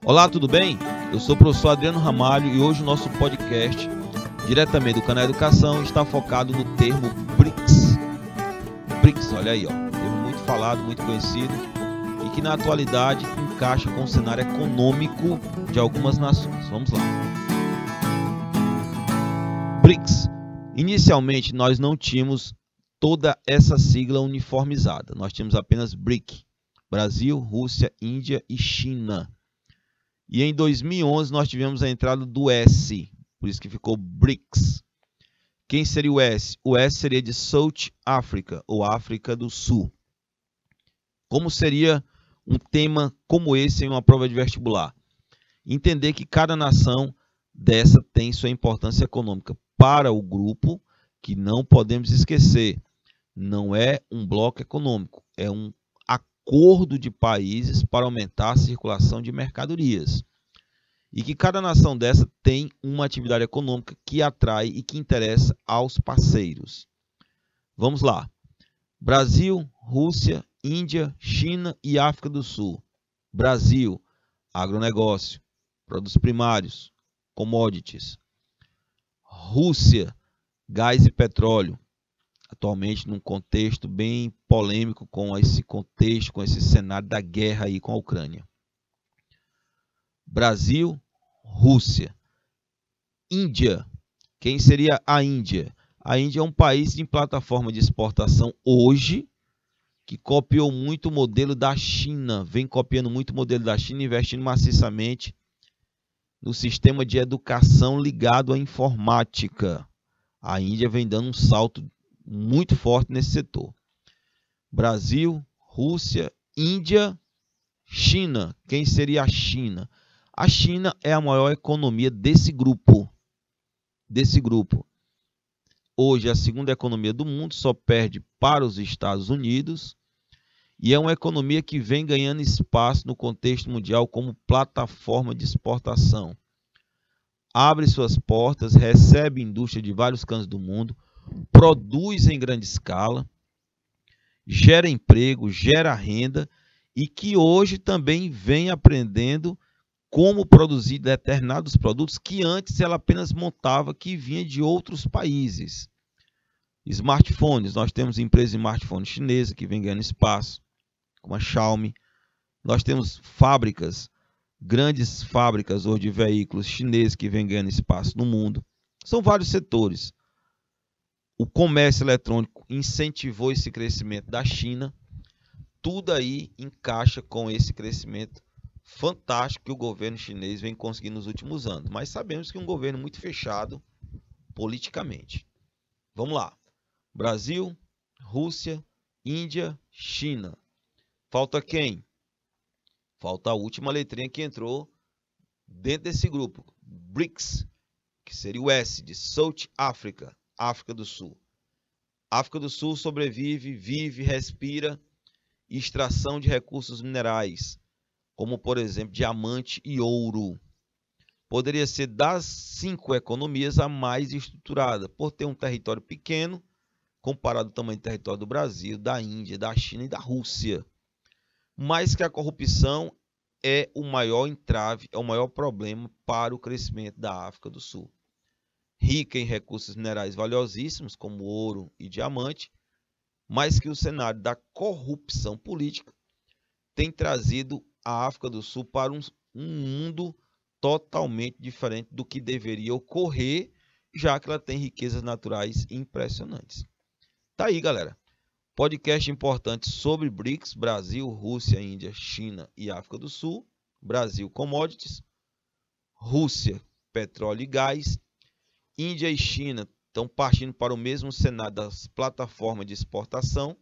Olá, tudo bem? Eu sou o professor Adriano Ramalho e hoje o nosso podcast, diretamente do canal Educação, está focado no termo BRICS. BRICS, olha aí, termo muito falado, muito conhecido e que na atualidade encaixa com o cenário econômico de algumas nações. Vamos lá. BRICS. Inicialmente nós não tínhamos toda essa sigla uniformizada. Nós tínhamos apenas BRIC, Brasil, Rússia, Índia e China. E em 2011 nós tivemos a entrada do S, por isso que ficou BRICS. Quem seria o S? O S seria de South Africa, ou África do Sul. Como seria um tema como esse em uma prova de vestibular? Entender que cada nação dessa tem sua importância econômica para o grupo, que não podemos esquecer. Não é um bloco econômico, é um acordo de países para aumentar a circulação de mercadorias. E que cada nação dessa tem uma atividade econômica que atrai e que interessa aos parceiros. Vamos lá. Brasil, Rússia, Índia, China e África do Sul. Brasil, agronegócio, produtos primários, commodities. Rússia, gás e petróleo. Atualmente num contexto bem polêmico com esse contexto, com esse cenário da guerra aí com a Ucrânia. Brasil, Rússia. Índia. Quem seria a Índia? A Índia é um país em plataforma de exportação hoje, que copiou muito o modelo da China, vem copiando muito o modelo da China, investindo maciçamente no sistema de educação ligado à informática. A Índia vem dando um salto muito forte nesse setor. Brasil, Rússia, Índia, China. Quem seria a China? A China é a maior economia desse grupo. Hoje, a segunda economia do mundo, só perde para os Estados Unidos. E é uma economia que vem ganhando espaço no contexto mundial como plataforma de exportação. Abre suas portas, recebe indústria de vários cantos do mundo, produz em grande escala, gera emprego, gera renda e que hoje também vem aprendendo como produzir determinados produtos que antes ela apenas montava, que vinha de outros países. Smartphones, nós temos empresas de smartphone chinesa que vem ganhando espaço, como a Xiaomi. Nós temos fábricas, grandes fábricas hoje de veículos chineses que vem ganhando espaço no mundo. São vários setores. O comércio eletrônico incentivou esse crescimento da China. Tudo aí encaixa com esse crescimento fantástico que o governo chinês vem conseguindo nos últimos anos. Mas sabemos que é um governo muito fechado politicamente. Vamos lá. Brasil, Rússia, Índia, China. Falta quem? Falta a última letrinha que entrou dentro desse grupo. BRICS, que seria o S de South Africa. África do Sul. África do Sul sobrevive, vive, respira extração de recursos minerais, como por exemplo diamante e ouro. Poderia ser das 5 economias a mais estruturada, por ter um território pequeno, comparado ao tamanho do território do Brasil, da Índia, da China e da Rússia. Mas que a corrupção é o maior entrave, é o maior problema para o crescimento da África do Sul. Rica em recursos minerais valiosíssimos, como ouro e diamante, mas que o cenário da corrupção política tem trazido a África do Sul para um mundo totalmente diferente do que deveria ocorrer, já que ela tem riquezas naturais impressionantes. Tá aí, galera. Podcast importante sobre BRICS, Brasil, Rússia, Índia, China e África do Sul. Brasil, commodities. Rússia, petróleo e gás. Índia e China estão partindo para o mesmo cenário das plataformas de exportação.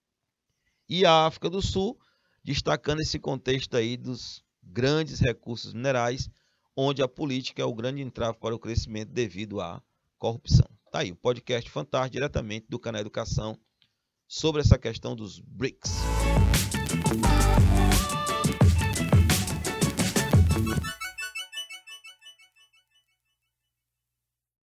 E a África do Sul, destacando esse contexto aí dos grandes recursos minerais, onde a política é o grande entrave para o crescimento devido à corrupção. Tá aí, o podcast fantástico diretamente do canal Educação sobre essa questão dos BRICS.